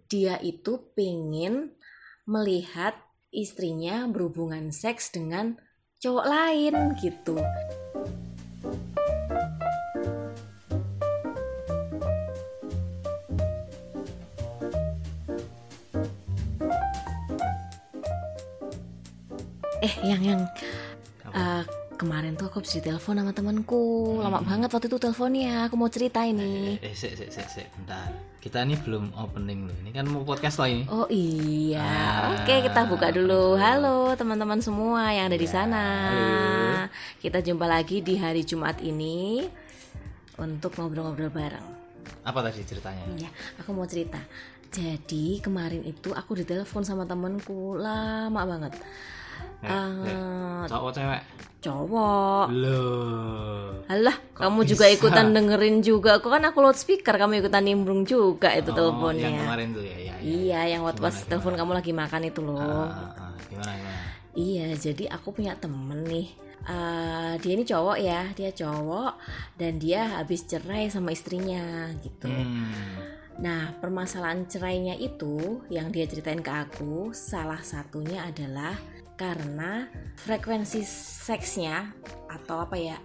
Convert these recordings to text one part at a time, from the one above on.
dia itu pengen melihat istrinya berhubungan seks dengan cowok lain gitu. Yang kemarin tuh aku habis ditelepon sama temanku. Lama banget waktu itu teleponnya. Aku mau cerita ini. Sik, bentar. Kita ini belum opening loh. Ini kan mau podcast lagi. Oh iya. Oke, kita buka dulu. Halo teman-teman semua yang ada di sana. Halo. Kita jumpa lagi di hari Jumat ini untuk ngobrol-ngobrol bareng. Apa tadi ceritanya? Ya, aku mau cerita. Jadi kemarin itu aku ditelepon sama temanku lama banget. Cowok cewek? Cowok. Loh. Alah, kamu bisa? juga ikutan dengerin juga. Kok kan aku loudspeaker, kamu ikutan nimbrung juga itu teleponnya. Yang kemarin tuh ya. Iya, yang waktu pas telepon kamu lagi makan itu loh. Gimana? Iya, jadi aku punya temen nih. Dia ini cowok ya, dia cowok dan dia habis cerai sama istrinya gitu. Nah, permasalahan cerainya itu yang dia ceritain ke aku, salah satunya adalah karena frekuensi seksnya atau apa ya?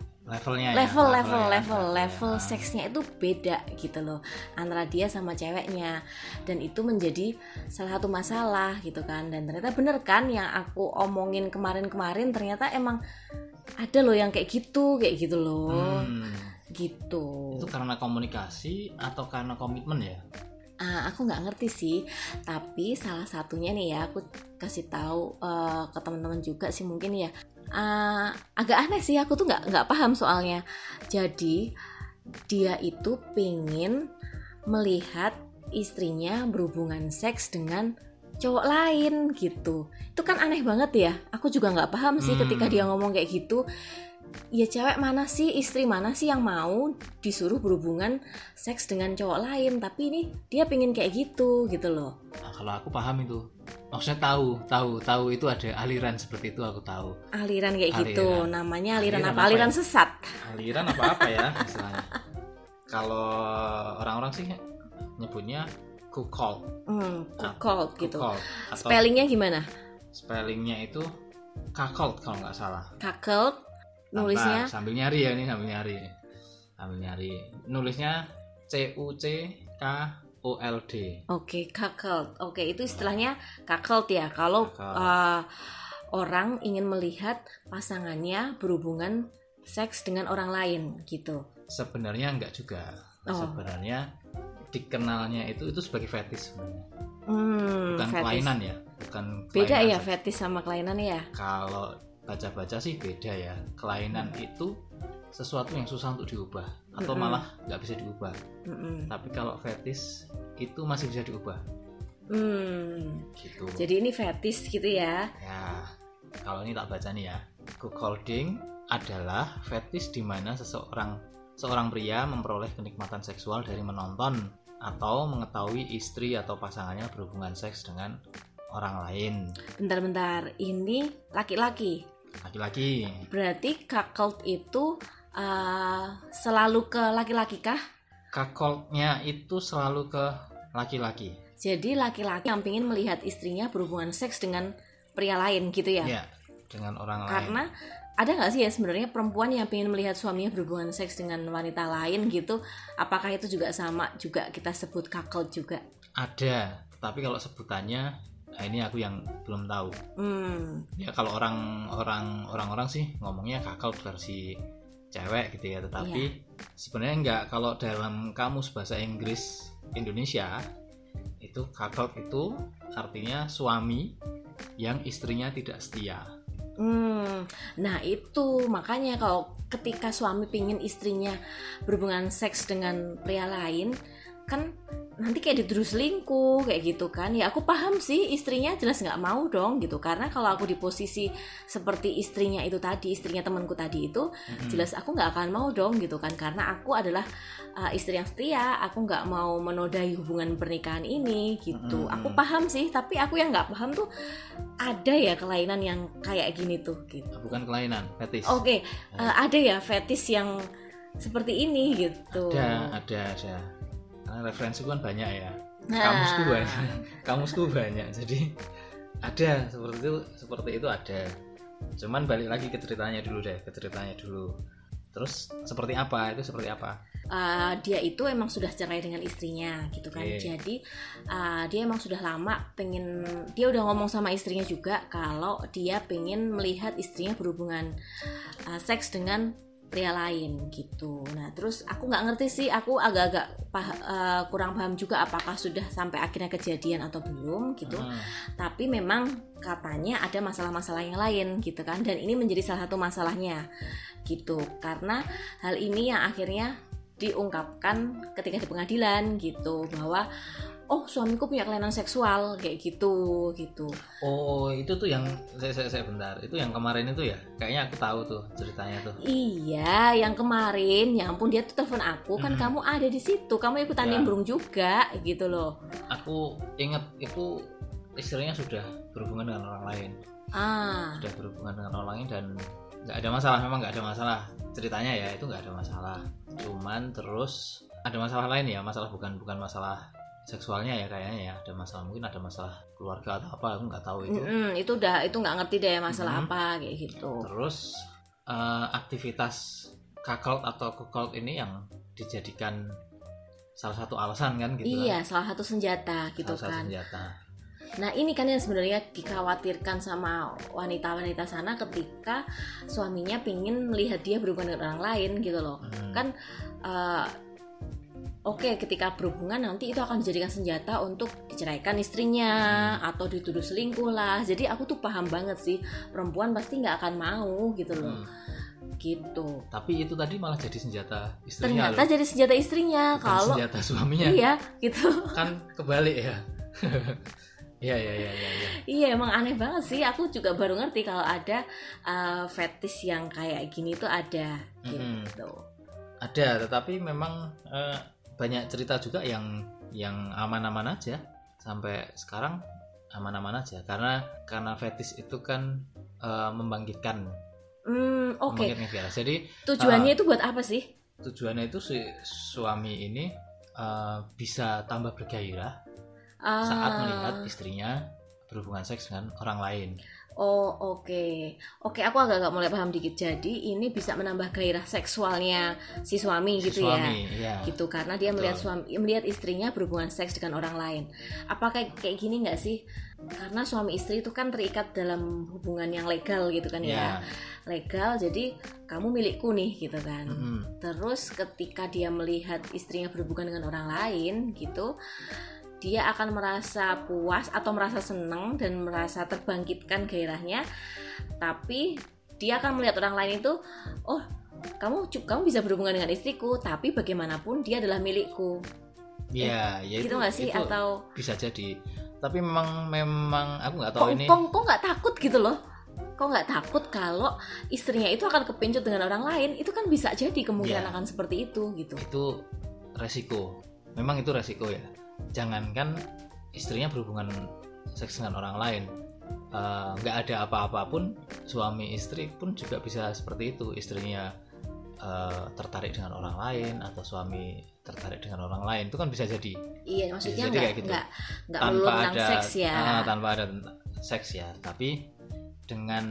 Level seksnya itu beda gitu loh antara dia sama ceweknya, dan itu menjadi salah satu masalah gitu kan. Dan ternyata bener kan yang aku omongin kemarin ternyata emang ada loh yang kayak gitu loh. Gitu. Itu karena komunikasi atau karena komitmen ya? Aku nggak ngerti sih, tapi salah satunya nih ya aku kasih tahu ke teman-teman juga sih mungkin ya. Agak aneh sih, aku tuh nggak paham soalnya. Jadi dia itu pengen melihat istrinya berhubungan seks dengan cowok lain gitu. Itu kan aneh banget ya. Aku juga nggak paham sih ketika dia ngomong kayak gitu. Ya cewek mana sih, istri mana sih yang mau disuruh berhubungan seks dengan cowok lain, tapi ini dia pengen kayak gitu loh. Nah, kalau aku paham itu, maksudnya tahu itu ada aliran seperti itu, aku tahu. Aliran kayak gitu, namanya aliran apa? Ya? Aliran sesat. Aliran apa ya istilahnya? Kalau orang-orang sih nyebutnya cuckold. Cuckold gitu. Atau spellingnya gimana? Spellingnya itu cuckold kalau nggak salah. Cuckold. Nulisnya sambil nyari. Nulisnya CUCKOLD. Oke, cuckold. Oke, itu istilahnya cuckold ya. Kalau orang ingin melihat pasangannya berhubungan seks dengan orang lain gitu. Sebenarnya enggak juga. Sebenarnya dikenalnya itu sebagai fetish sebenarnya. Bukan fetish. kelainan ya, bukan beda kelainan ya fetish sama kelainan ya. Kalau baca-baca sih beda ya. Kelainan itu sesuatu yang susah untuk diubah atau malah nggak bisa diubah. Tapi kalau fetish itu masih bisa diubah. Gitu. Jadi ini fetish gitu ya. Ya, kalau ini tak baca nih ya. Cuckolding adalah fetish di mana seorang pria memperoleh kenikmatan seksual dari menonton atau mengetahui istri atau pasangannya berhubungan seks dengan orang lain. Bentar, ini laki-laki. Berarti cuckold itu selalu ke laki-laki kah? Cuckoldnya itu selalu ke laki-laki. Jadi laki-laki yang ingin melihat istrinya berhubungan seks dengan pria lain gitu ya? Iya, dengan orang lain. Karena ada nggak sih ya sebenarnya perempuan yang ingin melihat suaminya berhubungan seks dengan wanita lain gitu? Apakah itu juga sama juga kita sebut cuckold juga? Ada, tapi kalau sebutannya ini aku yang belum tahu. Ya kalau orang sih ngomongnya cuckold versi cewek gitu ya, tetapi sebenarnya enggak. Kalau dalam kamus bahasa Inggris Indonesia itu cuckold itu artinya suami yang istrinya tidak setia. Nah itu makanya kalau ketika suami pingin istrinya berhubungan seks dengan pria lain kan nanti kayak dituduh selingkuh kayak gitu kan. Ya aku paham sih, istrinya jelas nggak mau dong gitu, karena kalau aku di posisi seperti istrinya temanku tadi itu jelas aku nggak akan mau dong gitu kan, karena aku adalah istri yang setia, aku nggak mau menodai hubungan pernikahan ini gitu. Aku paham sih, tapi aku yang nggak paham tuh ada ya kelainan yang kayak gini tuh gitu. Bukan kelainan, fetish. Oke. Ada ya fetish yang seperti ini gitu. Ada. Karena referensi kan banyak ya. kamusku banyak. Jadi ada seperti itu ada. Cuman balik lagi ke ceritanya dulu. Terus seperti apa? Dia itu emang sudah cerai dengan istrinya gitu kan. Jadi dia emang sudah lama dia udah ngomong sama istrinya juga kalau dia pengen melihat istrinya berhubungan seks dengan pria lain gitu. Nah terus aku nggak ngerti sih, aku agak-agak kurang paham juga apakah sudah sampai akhirnya kejadian atau belum gitu. Tapi memang katanya ada masalah-masalah yang lain gitu kan, dan ini menjadi salah satu masalahnya gitu, karena hal ini yang akhirnya diungkapkan ketika di pengadilan gitu, bahwa suamiku punya kelainan seksual kayak gitu. Oh, itu tuh yang saya bentar. Itu yang kemarin itu ya? Kayaknya aku tahu tuh ceritanya tuh. Iya, yang kemarin. Ya ampun, dia tuh telepon aku, kan kamu ada di situ. Kamu ikutan nimbrung juga gitu loh. Aku ingat itu istrinya sudah berhubungan dengan orang lain. Sudah berhubungan dengan orang lain dan nggak ada masalah, memang nggak ada masalah. Ceritanya ya itu nggak ada masalah. Cuman terus ada masalah lain ya, bukan masalah seksualnya ya kayaknya ya, ada masalah, mungkin ada masalah keluarga atau apa, aku nggak tahu itu. Itu nggak ngerti deh masalah apa kayak gitu. Terus aktivitas cuckold atau cuckold ini yang dijadikan salah satu alasan kan gitu. Iya, salah satu senjata gitu kan. Nah ini kan yang sebenarnya dikhawatirkan sama wanita-wanita sana ketika suaminya pingin melihat dia berhubungan dengan orang lain gitu loh. Kan ketika berhubungan nanti itu akan dijadikan senjata untuk diceraikan istrinya atau dituduh selingkuh lah. Jadi aku tuh paham banget sih, perempuan pasti nggak akan mau gitu loh. Gitu. Tapi itu tadi malah jadi senjata istrinya. Ternyata jadi senjata istrinya. Bukan kalau senjata suaminya. Iya gitu. Kan kebalik ya. Iya. Iya, emang aneh banget sih. Aku juga baru ngerti kalau ada fetish yang kayak gini tuh ada gitu. Ada, tetapi memang banyak cerita juga yang aman-aman aja sampai sekarang, aman-aman aja karena fetish itu kan membangkitkan. Membangkitkan gairah. Jadi tujuannya itu buat apa sih? Tujuannya itu si suami ini bisa tambah bergairah saat melihat istrinya berhubungan seks dengan orang lain. Oke, aku agak mulai paham dikit. Jadi ini bisa menambah gairah seksualnya si suami gitu ya. Gitu, karena dia melihat istrinya berhubungan seks dengan orang lain. Apa kayak gini nggak sih? Karena suami istri itu kan terikat dalam hubungan yang legal gitu kan ya. Legal, jadi kamu milikku nih gitu kan. Terus ketika dia melihat istrinya berhubungan dengan orang lain gitu, dia akan merasa puas atau merasa senang dan merasa terbangkitkan gairahnya. Tapi dia akan melihat orang lain itu, kamu bisa berhubungan dengan istriku, tapi bagaimanapun dia adalah milikku. Ya gitu nggak sih? Atau bisa jadi. Tapi memang aku nggak tahu ini. Kok nggak takut gitu loh? Kok nggak takut kalau istrinya itu akan kepincut dengan orang lain? Itu kan bisa jadi kemungkinan akan seperti itu gitu. Itu resiko. Memang itu resiko ya. Jangankan istrinya berhubungan seks dengan orang lain, nggak ada apa-apa pun, suami istri pun juga bisa seperti itu. Istrinya tertarik dengan orang lain atau suami tertarik dengan orang lain, itu kan bisa jadi. Iya, maksudnya nggak gitu. melulu tentang seks ya. Tanpa ada seks ya, tapi dengan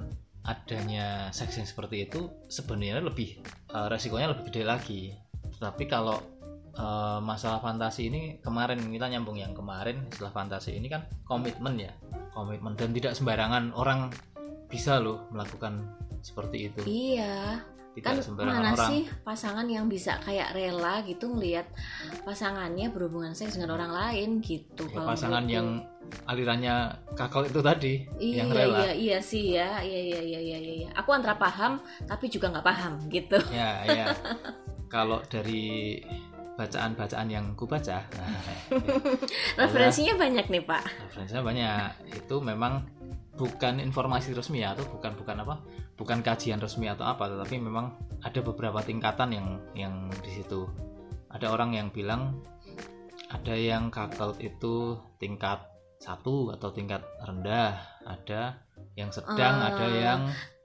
adanya seks yang seperti itu sebenarnya resikonya lebih gede lagi. Tapi kalau masalah fantasi ini, kemarin kita nyambung yang kemarin, istilah fantasi ini kan komitmen dan tidak sembarangan orang bisa loh melakukan seperti itu. Iya, tidak kan sembarangan mana orang sih pasangan yang bisa kayak rela gitu ngelihat pasangannya berhubungan seks dengan orang lain gitu. Ya, pasangan yang alirannya kakak itu tadi yang rela. Iya sih ya. Aku antara paham tapi juga nggak paham gitu. Ya. Kalau dari bacaan yang kubaca, referensinya banyak nih Pak. Referensinya banyak. Itu memang bukan informasi resmi atau bukan kajian resmi atau apa, tetapi memang ada beberapa tingkatan yang di situ. Ada orang yang bilang ada yang cuckold itu tingkat 1 atau tingkat rendah, ada yang sedang, ada yang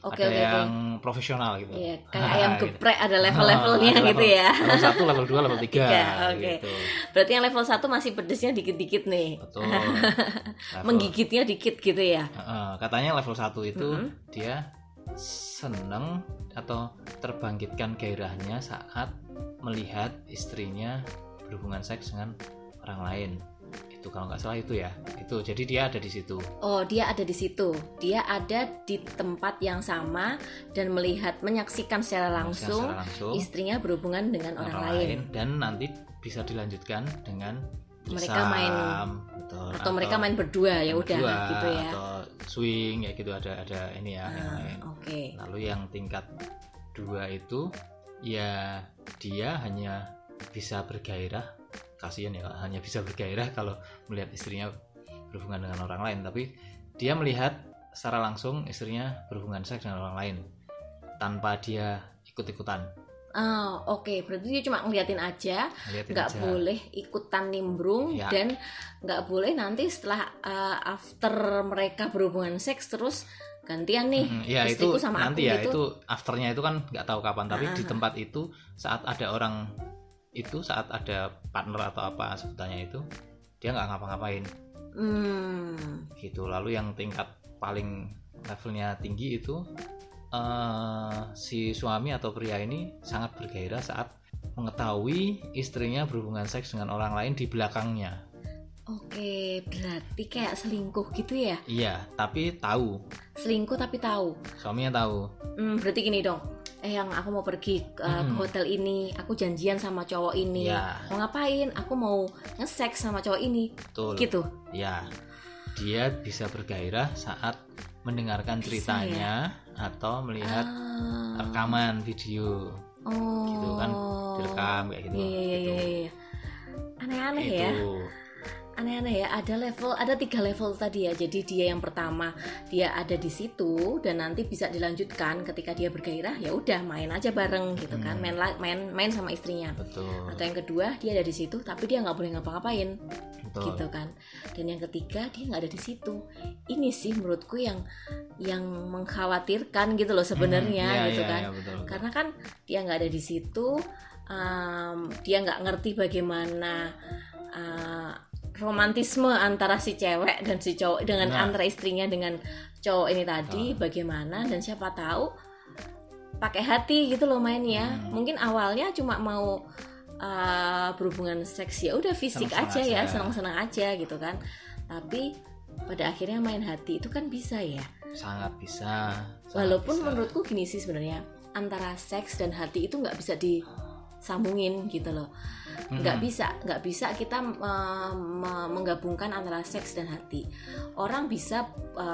ada yang profesional gitu. Iya, kayak ayam geprek ada level-levelnya gitu ya. Level 1, level 2, level 3 gitu. Berarti yang level 1 masih pedesnya dikit-dikit nih. Betul. Menggigitnya dikit gitu ya. Katanya level 1 itu dia seneng atau terbangkitkan gairahnya saat melihat istrinya berhubungan seks dengan orang lain. Itu kalau nggak salah itu ya. Itu jadi dia ada di situ. Oh, dia ada di situ. Dia ada di tempat yang sama dan menyaksikan secara langsung istrinya berhubungan dengan orang lain. Dan nanti bisa dilanjutkan dengan mereka main atau mereka main berdua ya udah gitu ya. Atau swing ya gitu ada ini ya yang lain. Okay. Lalu yang tingkat 2 itu ya dia hanya bisa bergairah, kasihan ya hanya bisa bergairah kalau melihat istrinya berhubungan dengan orang lain, tapi dia melihat secara langsung istrinya berhubungan seks dengan orang lain tanpa dia ikut-ikutan. Oke. Berarti dia cuma ngeliatin aja, nggak boleh ikutan nimbrung ya. Dan nggak boleh nanti setelah after mereka berhubungan seks terus gantian nih istriku itu sama nanti aku ya gitu. Itu afternya itu kan nggak tahu kapan, tapi di tempat itu saat ada orang itu, saat ada partner atau apa sebutannya itu, dia nggak ngapa-ngapain gitu. Lalu yang tingkat paling levelnya tinggi itu si suami atau pria ini sangat bergairah saat mengetahui istrinya berhubungan seks dengan orang lain di belakangnya. Oke, berarti kayak selingkuh gitu ya? Iya, tapi tahu. Selingkuh tapi tahu. Suaminya tahu. Berarti gini dong. Yang aku mau pergi ke hotel ini, aku janjian sama cowok ini. Ya. Mau ngapain? Aku mau nge-seks sama cowok ini. Betul. Gitu. Ya. Dia bisa bergairah saat mendengarkan ceritanya atau melihat rekaman video. Gitu kan, direkam kayak gitu. Iya. Aneh-aneh ya. Aneh-aneh ya, ada 3 level tadi ya. Jadi dia yang pertama dia ada di situ dan nanti bisa dilanjutkan ketika dia bergairah, ya udah main aja bareng gitu kan, main sama istrinya. Betul. Atau yang kedua dia ada di situ tapi dia nggak boleh ngapa-ngapain. Betul. Gitu kan. Dan yang ketiga dia nggak ada di situ. Ini sih menurutku yang mengkhawatirkan gitu loh sebenarnya gitu kan. Betul. Karena kan dia nggak ada di situ, dia nggak ngerti bagaimana romantisme antara si cewek dan si cowok dengan antara istrinya dengan cowok ini tadi bagaimana, dan siapa tahu pakai hati gitu loh mainnya. Mungkin awalnya cuma mau berhubungan seks ya udah fisik aja ya, senang-senang aja gitu kan. Tapi pada akhirnya main hati itu kan bisa ya. Sangat bisa. Walaupun menurutku gini sih sebenarnya, antara seks dan hati itu nggak bisa disambungin gitu loh. Nggak bisa kita menggabungkan antara seks dan hati. Orang bisa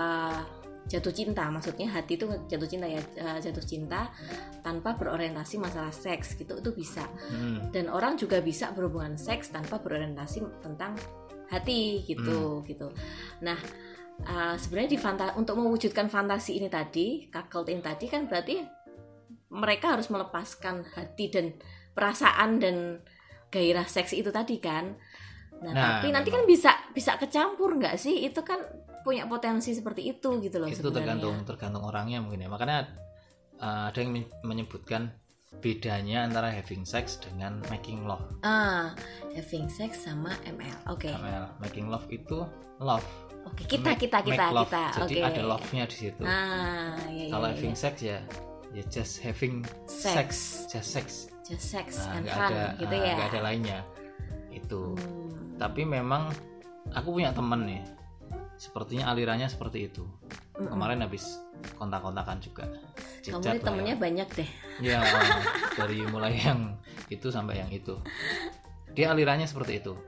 jatuh cinta, maksudnya hati itu jatuh cinta ya, jatuh cinta tanpa berorientasi masalah seks gitu, itu bisa. Dan orang juga bisa berhubungan seks tanpa berorientasi tentang hati gitu. Nah, sebenarnya untuk mewujudkan fantasi ini tadi, cuckold ini tadi kan berarti mereka harus melepaskan hati dan perasaan dan gairah seks itu tadi kan. Nah tapi nanti kan bisa kecampur nggak sih? Itu kan punya potensi seperti itu gitu loh. Itu sebenarnya. tergantung orangnya mungkin ya. Makanya ada yang menyebutkan bedanya antara having sex dengan making love. Having sex sama ML. Oke. ML, making love itu love. Oke, kita. Jadi ada love-nya di situ. Kalau having sex ya just having sex. Just sex and fun gitu ya. Nggak ada lainnya itu. Tapi memang aku punya temen nih, sepertinya alirannya seperti itu. Kemarin habis kontak-kontakan juga. Kamu ini temennya banyak deh. Ya, dari mulai yang itu sampai yang itu. Dia alirannya seperti itu.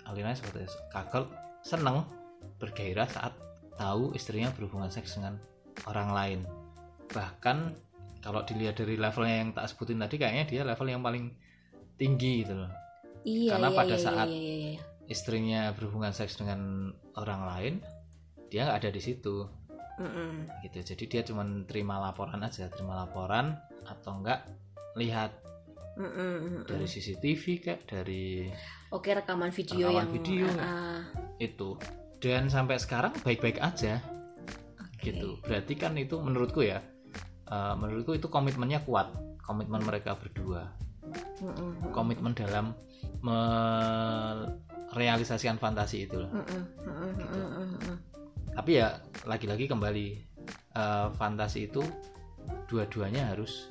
Cuckold, seneng, bergairah saat tahu istrinya berhubungan seks dengan orang lain. Bahkan kalau dilihat dari levelnya yang tak sebutin tadi, kayaknya dia level yang paling tinggi gitu loh. Karena pada saat istrinya berhubungan seks dengan orang lain, dia nggak ada di situ. Gitu. Jadi dia cuma terima laporan atau enggak lihat dari CCTV kayak dari rekaman video itu. Dan sampai sekarang baik-baik aja. Gitu. Berarti kan itu menurutku ya, menurutku itu komitmennya kuat, komitmen mereka berdua, komitmen dalam merealisasikan fantasi itu loh. Gitu. Tapi ya lagi-lagi kembali fantasi itu dua-duanya harus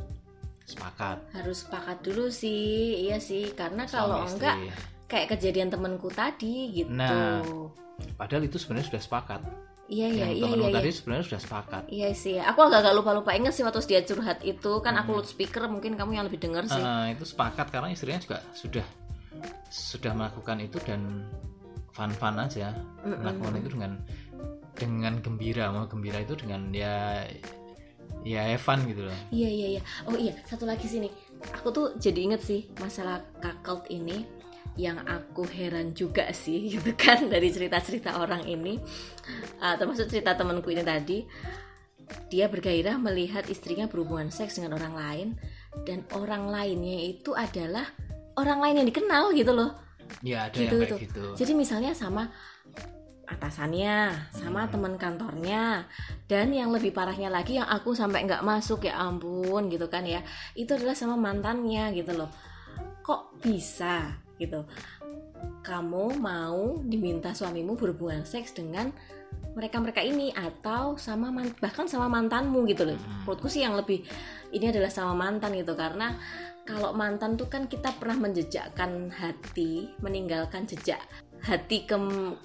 sepakat dulu sih. Iya sih, karena kalau enggak kayak kejadian temanku tadi gitu. Nah, padahal itu sebenarnya sudah sepakat. Iya. Tadi sebenarnya sudah sepakat. Iya sih, aku agak lupa ingat sih waktu dia curhat itu kan aku loudspeaker, mungkin kamu yang lebih dengar sih. Itu sepakat karena istrinya juga sudah melakukan itu dan fun aja, melakukan itu dengan gembira. Mau gembira itu dengan ya have fun gitu loh. Iya. Oh iya, satu lagi sini. Aku tuh jadi inget sih masalah cuckold ini, yang aku heran juga sih gitu kan dari cerita-cerita orang ini, termasuk cerita temanku ini tadi. Dia bergairah melihat istrinya berhubungan seks dengan orang lain, dan orang lainnya itu adalah orang lain yang dikenal gitu loh. Ya, ada gitu, yang kayak gitu. Jadi misalnya sama atasannya, sama teman kantornya, dan yang lebih parahnya lagi yang aku sampai nggak masuk, ya ampun gitu kan ya, itu adalah sama mantannya gitu loh. Kok bisa gitu kamu mau diminta suamimu berhubungan seks dengan mereka ini, atau sama bahkan sama mantanmu gitu loh. Menurutku sih yang lebih ini adalah sama mantan gitu, karena kalau mantan tuh kan kita pernah menjejakkan hati, meninggalkan jejak hati ke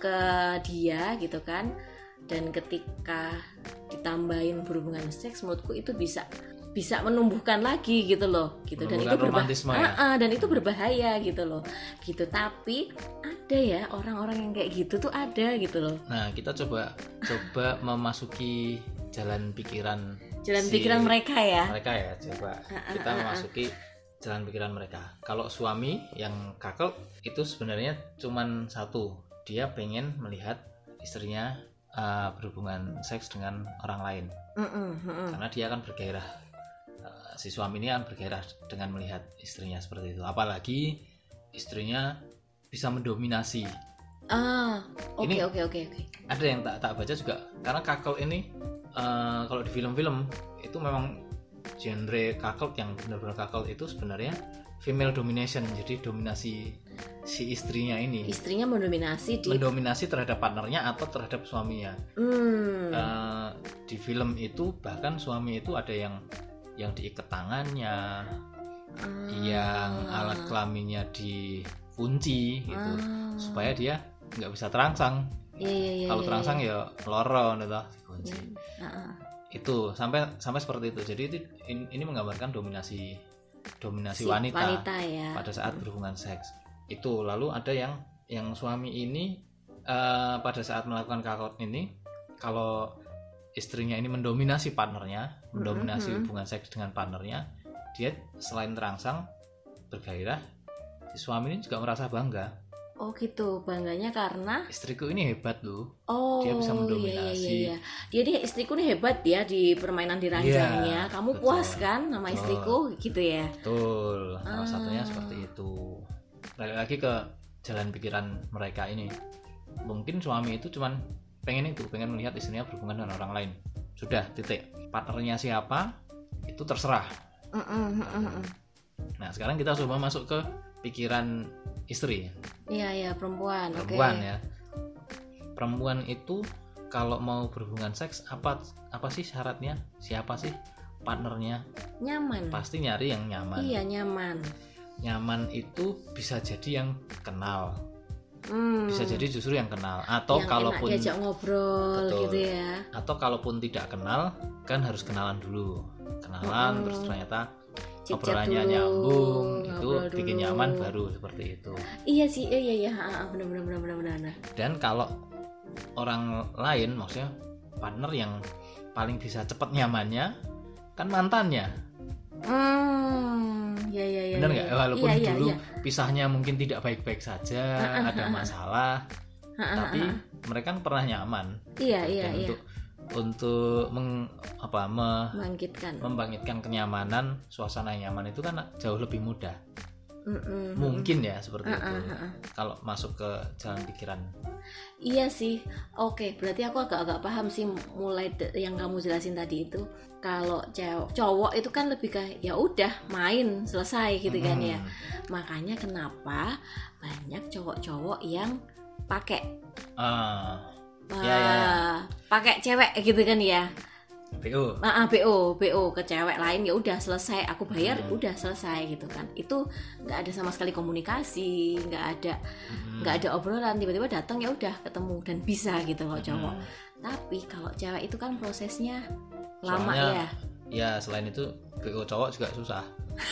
dia gitu kan, dan ketika ditambahin berhubungan seks, menurutku itu bisa menumbuhkan lagi gitu loh, gitu. Dan itu dan itu berbahaya gitu loh, gitu. Tapi ada ya orang-orang yang kayak gitu tuh ada gitu loh. Nah, kita coba memasuki jalan pikiran mereka ya. Coba kita memasuki jalan pikiran mereka. Kalau suami yang kakel itu sebenarnya cuman satu, dia pengen melihat istrinya berhubungan seks dengan orang lain. Karena dia akan bergairah, si suami ini akan bergairah dengan melihat istrinya seperti itu. Apalagi istrinya bisa mendominasi. Oke. Ada yang tak baca juga, karena kakel ini kalau di film-film itu memang genre kakel yang benar-benar kakel itu sebenarnya female domination. Jadi dominasi si istrinya ini. Istrinya mendominasi terhadap partnernya atau terhadap suaminya. Di film itu bahkan suami itu ada yang diikat tangannya, yang alat kelaminnya dikunci gitu, supaya dia nggak bisa terangsang. Kalau terangsang ya loro gitu, dikunci. Itu sampai seperti itu. Jadi ini menggambarkan dominasi wanita ya, pada saat berhubungan seks itu. Lalu ada yang suami ini pada saat melakukan kakot ini, kalau istrinya ini mendominasi partnernya, hubungan seks dengan partnernya, dia selain terangsang bergairah, si suami ini juga merasa bangga. Oh gitu, bangganya karena istriku ini hebat loh. Dia bisa mendominasi. Iya. Dia istriku ini hebat ya di permainan di ranjangnya. Kamu betul. Puas kan sama istriku gitu ya? Betul. Salah satunya seperti itu. Balik lagi ke jalan pikiran mereka ini. Mungkin suami itu cuman pengen melihat istrinya berhubungan dengan orang lain. Sudah, titik. Partnernya siapa itu terserah. Nah, sekarang kita coba masuk ke pikiran istri. Iya, perempuan ya. Perempuan itu kalau mau berhubungan seks apa sih syaratnya? Siapa sih partnernya? Nyaman. Pasti nyari yang nyaman. Iya, nyaman. Nyaman itu bisa jadi yang kenal. Bisa jadi justru yang kenal, atau yang kalaupun enak diajak ngobrol. Betul. Gitu ya. Atau kalaupun tidak kenal, kan harus kenalan dulu. Terus ternyata obrolannya nyambung, itu bikin nyaman, baru seperti itu. Iya sih, iya, benar. Dan kalau orang lain, maksudnya partner yang paling bisa cepat nyamannya kan mantannya. Iya. Benar nggak? Walaupun dulu pisahnya mungkin tidak baik-baik saja, ada masalah, tapi mereka kan pernah nyaman. Iya. Untuk membangkitkan kenyamanan, suasana yang nyaman itu kan jauh lebih mudah. Mungkin ya seperti itu. Kalau masuk ke jalan pikiran. Iya sih. Oke, berarti aku agak paham sih mulai yang kamu jelasin tadi itu. Kalau cowok itu kan lebih ke ya udah main selesai gitu kan ya. Makanya kenapa banyak cowok-cowok yang pakai pakai cewek gitu kan ya. BO ke cewek lain, ya udah selesai, aku bayar udah selesai gitu kan. Itu nggak ada sama sekali komunikasi, nggak ada obrolan, tiba-tiba datang ya udah ketemu dan bisa gitu kalau cowok. Tapi kalau cewek itu kan prosesnya lama. Soalnya, ya selain itu BO cowok juga susah.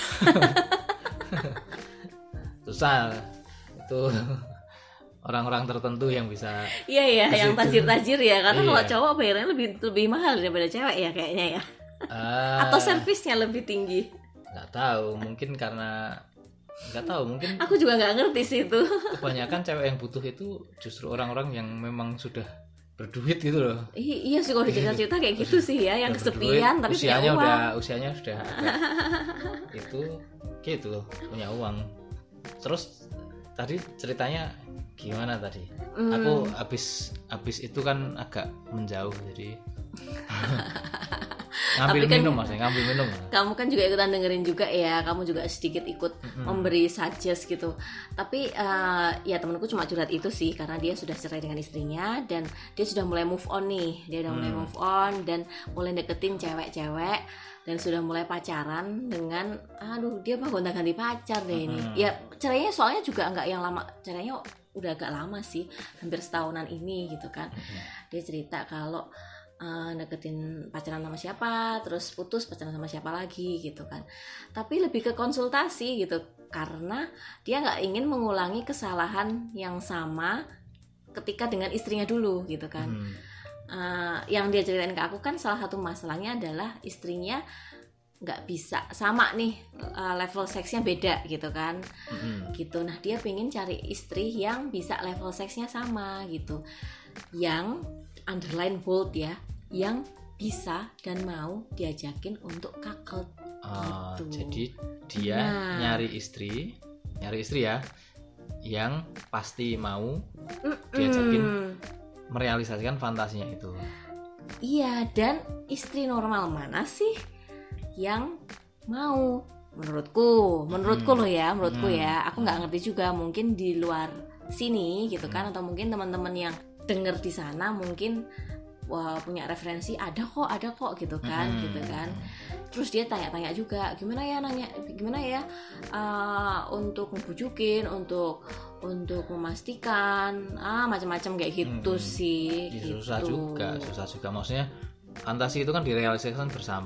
Susah itu orang-orang tertentu yang bisa. Iya yang tajir-tajir ya, karena kalau cowok bayarnya lebih mahal daripada cewek ya kayaknya ya. Atau servisnya lebih tinggi. Nggak tahu, mungkin aku juga nggak ngerti sih itu. Kebanyakan cewek yang butuh itu justru orang-orang yang memang sudah berduit gitu loh. Iya sih kalau dicerita-cerita kayak gitu sih ya, yang kesepian tapi punya uang. Usianya sudah itu gitu, punya uang. Terus tadi ceritanya gimana tadi? Aku habis itu kan agak menjauh, jadi ngambil minum. Kamu kan juga ikutan dengerin juga ya, kamu juga sedikit ikut memberi suggest gitu. Tapi ya temenku cuma curhat itu sih, karena dia sudah cerai dengan istrinya dan dia sudah mulai move on nih. Dia udah mulai move on dan mulai deketin cewek-cewek dan sudah mulai pacaran dengan dia mah gonta-ganti pacar deh ini. Ya cerainya soalnya juga enggak yang lama, cerainya udah agak lama sih, hampir setahunan ini gitu kan. Dia cerita kalau deketin pacaran sama siapa, terus putus pacaran sama siapa lagi gitu kan. Tapi lebih ke konsultasi gitu, karena dia nggak ingin mengulangi kesalahan yang sama ketika dengan istrinya dulu gitu kan. Yang dia ceritain ke aku kan salah satu masalahnya adalah istrinya nggak bisa sama nih, level seksnya beda gitu kan. Gitu. Nah dia pengen cari istri yang bisa level seksnya sama gitu, yang underline bold ya, yang bisa dan mau diajakin untuk kakak gitu. Jadi dia nyari istri ya yang pasti mau diajakin merealisasikan fantasinya itu. Iya, dan istri normal mana sih yang mau? Menurutku loh ya, aku nggak ngerti juga, mungkin di luar sini gitu kan, atau mungkin teman-teman yang denger di sana mungkin punya referensi, ada kok gitu kan. Terus dia tanya-tanya juga, gimana ya untuk ngebujukin, untuk memastikan macam-macam kayak gitu sih. Susah juga maksudnya. Fantasi itu kan direalisasikan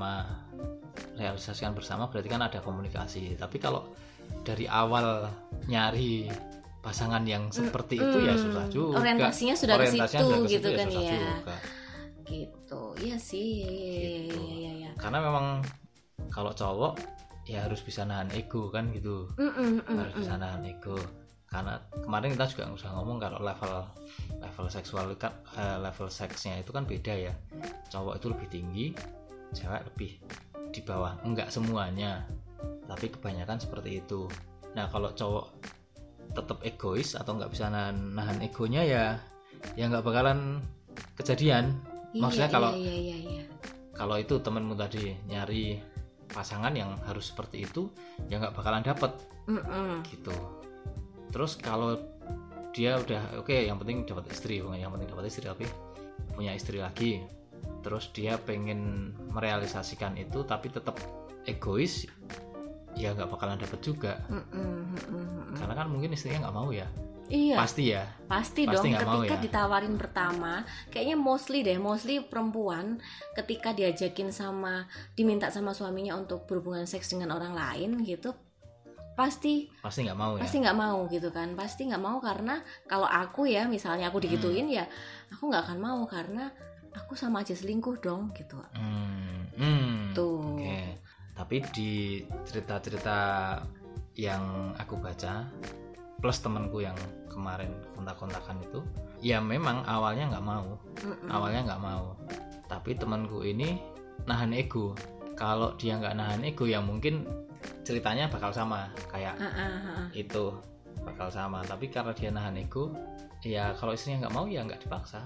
bersama berarti kan ada komunikasi. Tapi kalau dari awal nyari pasangan yang seperti itu ya susah juga. Orientasinya sudah ke situ gitu kan ya. Juga. Gitu. Iya sih. Gitu. Iya. Karena memang kalau cowok ya harus bisa nahan ego kan gitu. Harus bisa nahan ego. Karena kemarin kita juga usah ngomong kalau level seksual kan level seksnya itu kan beda ya. Cowok itu lebih tinggi, cewek lebih di bawah. Enggak semuanya, tapi kebanyakan seperti itu. Nah kalau cowok tetap egois atau nggak bisa nahan egonya ya nggak bakalan kejadian. Maksudnya kalau itu temenmu tadi nyari pasangan yang harus seperti itu ya nggak bakalan dapet gitu. Terus kalau dia udah oke, yang penting dapat istri, bukan yang penting dapat istri tapi punya istri lagi, terus dia pengen merealisasikan itu tapi tetap egois, ya nggak bakalan dapet juga. Karena kan mungkin istrinya nggak mau ya. Iya. Pasti dong. Ketika ya. ditawarin pertama, kayaknya mostly perempuan ketika diminta sama suaminya untuk berhubungan seks dengan orang lain gitu, pasti nggak mau pasti nggak mau gitu kan. Pasti nggak mau, karena kalau aku ya misalnya aku digituin ya aku nggak akan mau, karena aku sama aja selingkuh dong gitu. Tuh. Okay. Tapi di cerita-cerita yang aku baca plus temanku yang kemarin kontak-kontakan itu, ya memang awalnya nggak mau, tapi temanku ini nahan ego. Kalau dia nggak nahan ego ya mungkin ceritanya bakal sama kayak itu, bakal sama. Tapi karena dia nahan ego, ya kalau istrinya nggak mau ya nggak dipaksa.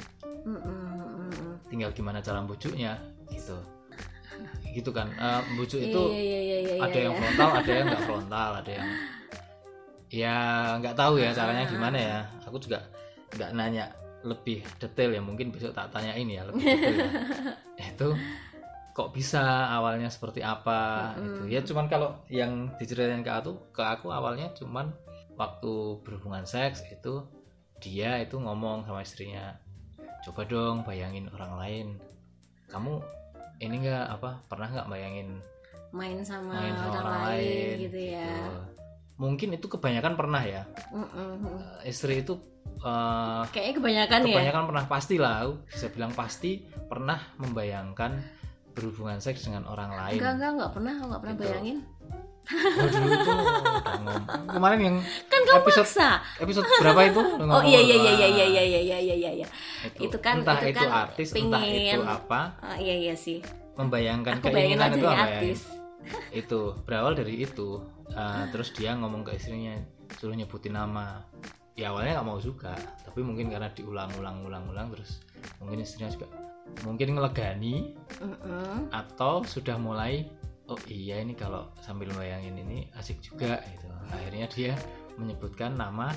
Tinggal gimana cara bujuknya gitu kan. Bujuk itu ada yang frontal, ada yang nggak frontal, ada yang ya nggak tahu ya caranya gimana ya. Aku juga nggak nanya lebih detail ya, mungkin besok tak tanyain ya lebih detail ya. Itu kok bisa awalnya seperti apa itu ya. Cuman kalau yang diceritain ke aku awalnya cuman waktu berhubungan seks itu dia itu ngomong sama istrinya, coba dong bayangin orang lain, kamu ini pernah nggak bayangin main sama orang lain gitu ya gitu. Mungkin itu kebanyakan pernah ya. Istri itu kayaknya kebanyakan pernah, pastilah aku bisa bilang pasti pernah membayangkan berhubungan seks dengan orang lain. Enggak pernah gitu. Bayangin. Dulu itu kemarin yang kan episode berapa itu? Oh iya. Itu kan entah itu kan artis, entah itu apa. Iya sih. Membayangkan keinginan itu apa ya? Itu berawal dari itu. Terus dia ngomong ke istrinya, suruh nyebutin nama. Ya awalnya nggak mau juga, tapi mungkin karena diulang-ulang terus mungkin istrinya juga mungkin ngelegani atau sudah mulai oh iya ini kalau sambil bayangin ini asik juga gitu. Akhirnya dia menyebutkan nama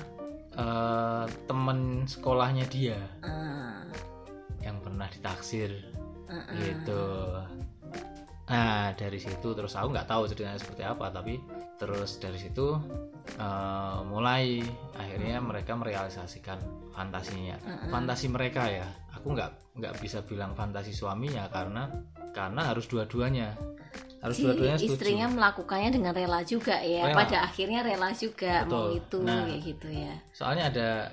teman sekolahnya dia yang pernah ditaksir gitu. Nah dari situ terus aku nggak tahu ceritanya seperti apa, tapi terus dari situ mulai akhirnya mereka merealisasikan fantasinya, fantasi mereka ya. Aku nggak bisa bilang fantasi suaminya karena harus dua-duanya. Istrinya melakukannya dengan rela juga ya. Pada akhirnya rela juga. Betul. Mau itu kayak gitu ya. Soalnya ada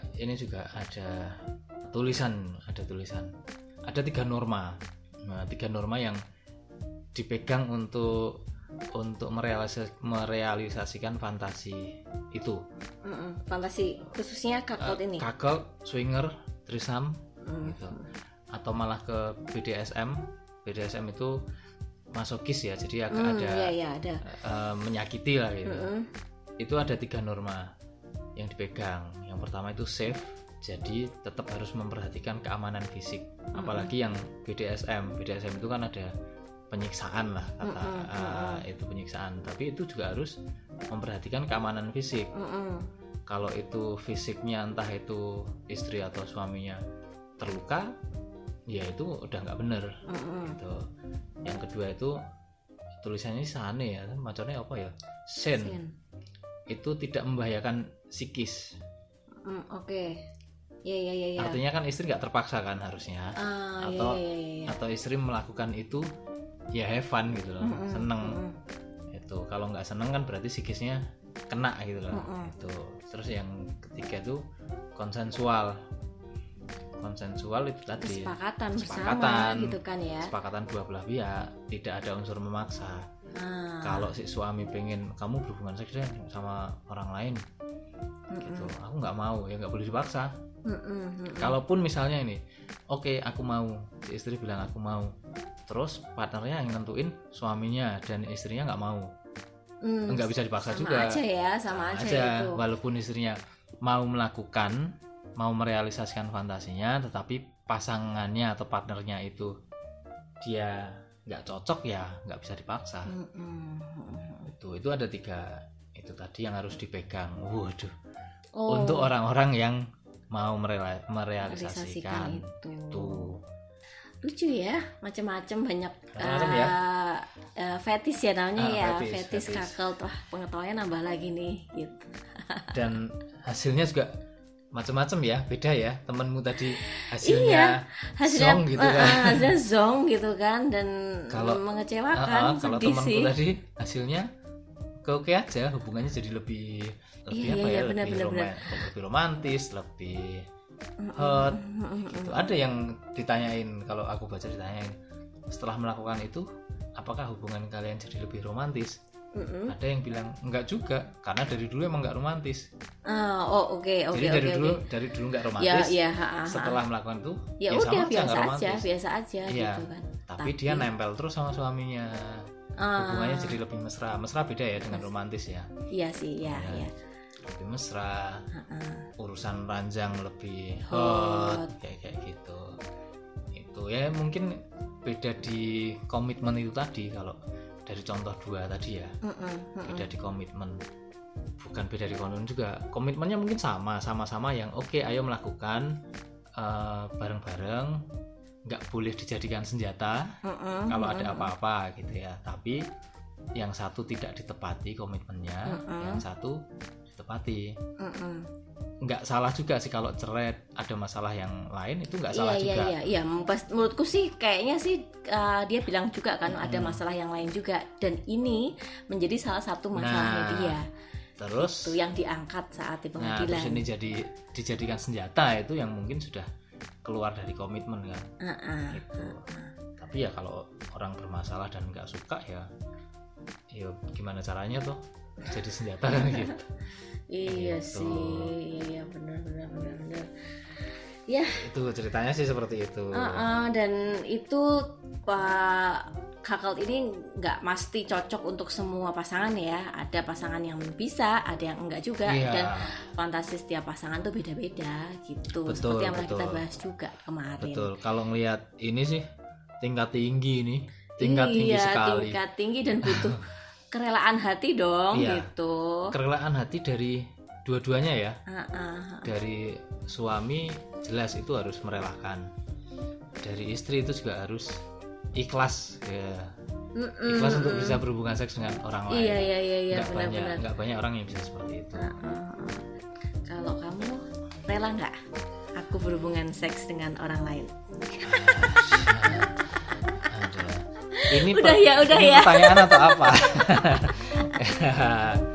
tulisan ada 3 norma. Nah, 3 norma yang dipegang untuk merealisasikan fantasi itu. Fantasi khususnya cuckold ini. Cuckold, swinger, threesome gitu. Atau malah ke BDSM. BDSM itu masokis ya, jadi agak ada menyakiti lah gitu. Itu ada 3 norma yang dipegang. Yang pertama itu safe, jadi tetap harus memperhatikan keamanan fisik. Apalagi yang BDSM itu kan ada penyiksaan lah kata itu penyiksaan, tapi itu juga harus memperhatikan keamanan fisik. Kalau itu fisiknya entah itu istri atau suaminya terluka, ya itu udah nggak bener gitu. Yang kedua itu tulisannya sane ya, macornya apa ya, sen. Itu tidak membahayakan psikis. Ya. Artinya kan istri nggak terpaksa kan harusnya, atau istri melakukan itu ya have fun gitu loh, seneng. Itu kalau nggak seneng kan berarti psikisnya kena gitu loh. Itu terus yang ketiga itu konsensual itu tadi kesepakatan bersama gitu kan ya, kesepakatan dua belah pihak, tidak ada unsur memaksa. Kalau si suami pengen kamu berhubungan seks sama orang lain gitu, aku nggak mau, ya nggak boleh dipaksa. Kalaupun misalnya ini oke, aku mau, si istri bilang aku mau, terus partnernya yang nentuin suaminya dan istrinya nggak mau, nggak bisa dipaksa juga. Sama aja itu. Walaupun istrinya mau merealisasikan fantasinya, tetapi pasangannya atau partnernya itu dia nggak cocok, ya nggak bisa dipaksa. Itu ada 3 itu tadi yang harus dipegang. Waduh. Untuk orang-orang yang mau merealisasikan itu. Lucu ya, macam-macam banyak ya. Fetish ya namanya, fetish cuckold. Wah, pengetahuannya nambah lagi nih gitu. Dan hasilnya juga macam-macam ya, beda ya. Temenmu tadi hasilnya zong gitu kan. Hasilnya zong gitu kan, dan mengecewakan. Kalau temanku tadi hasilnya oke aja, hubungannya jadi lebih romantis, lebih hot gitu. Ada yang ditanyain, kalau aku baca ditanyain, setelah melakukan itu apakah hubungan kalian jadi lebih romantis? Ada yang bilang enggak juga, karena dari dulu emang enggak romantis. Jadi dari dulu enggak romantis. Setelah melakukan itu ya udah biasa aja gitu kan. Tapi dia nempel terus sama suaminya. hubungannya jadi lebih mesra. Mesra beda ya dengan romantis ya. Iya sih, ya. Lebih mesra, urusan ranjang lebih hot, kayak gitu. Itu ya mungkin beda di komitmen itu tadi. Kalau dari contoh 2 tadi ya, beda di komitmen. Bukan beda di komitmen juga, komitmennya mungkin sama-sama yang oke, ayo melakukan bareng-bareng, nggak boleh dijadikan senjata kalau ada apa-apa gitu ya. Tapi yang satu tidak ditepati komitmennya, yang satu ditepati. Nggak salah juga sih kalau cerai ada masalah yang lain, itu nggak salah juga. Iya, menurutku sih kayaknya sih dia bilang juga kan ada masalah yang lain juga, dan ini menjadi salah satu masalahnya dia. Terus itu yang diangkat saat di pengadilan. Terus ini dijadikan senjata, itu yang mungkin sudah keluar dari komitmen kan. Gitu. Tapi ya kalau orang bermasalah dan nggak suka ya gimana caranya tuh jadi senjata kan gitu. Iya gitu. Sih, iya benar. Ya. Itu ceritanya sih seperti itu. Dan itu Pak Kakak ini nggak mesti cocok untuk semua pasangan ya. Ada pasangan yang bisa, ada yang enggak juga. Dan fantasi setiap pasangan tuh beda-beda gitu. Seperti yang kita bahas juga kemarin. Betul. Kalau ngelihat ini sih tingkat tinggi sekali. Tingkat tinggi dan butuh kerelaan hati dong gitu. Kerelaan hati dari dua-duanya ya. Dari suami jelas itu harus merelakan. Dari istri itu juga harus ikhlas ya. Ikhlas untuk bisa berhubungan seks dengan orang lain. Iya, Nggak banyak orang yang bisa seperti itu. Kalau kamu rela nggak aku berhubungan seks dengan orang lain? Ini udah ya. Pertanyaan atau apa?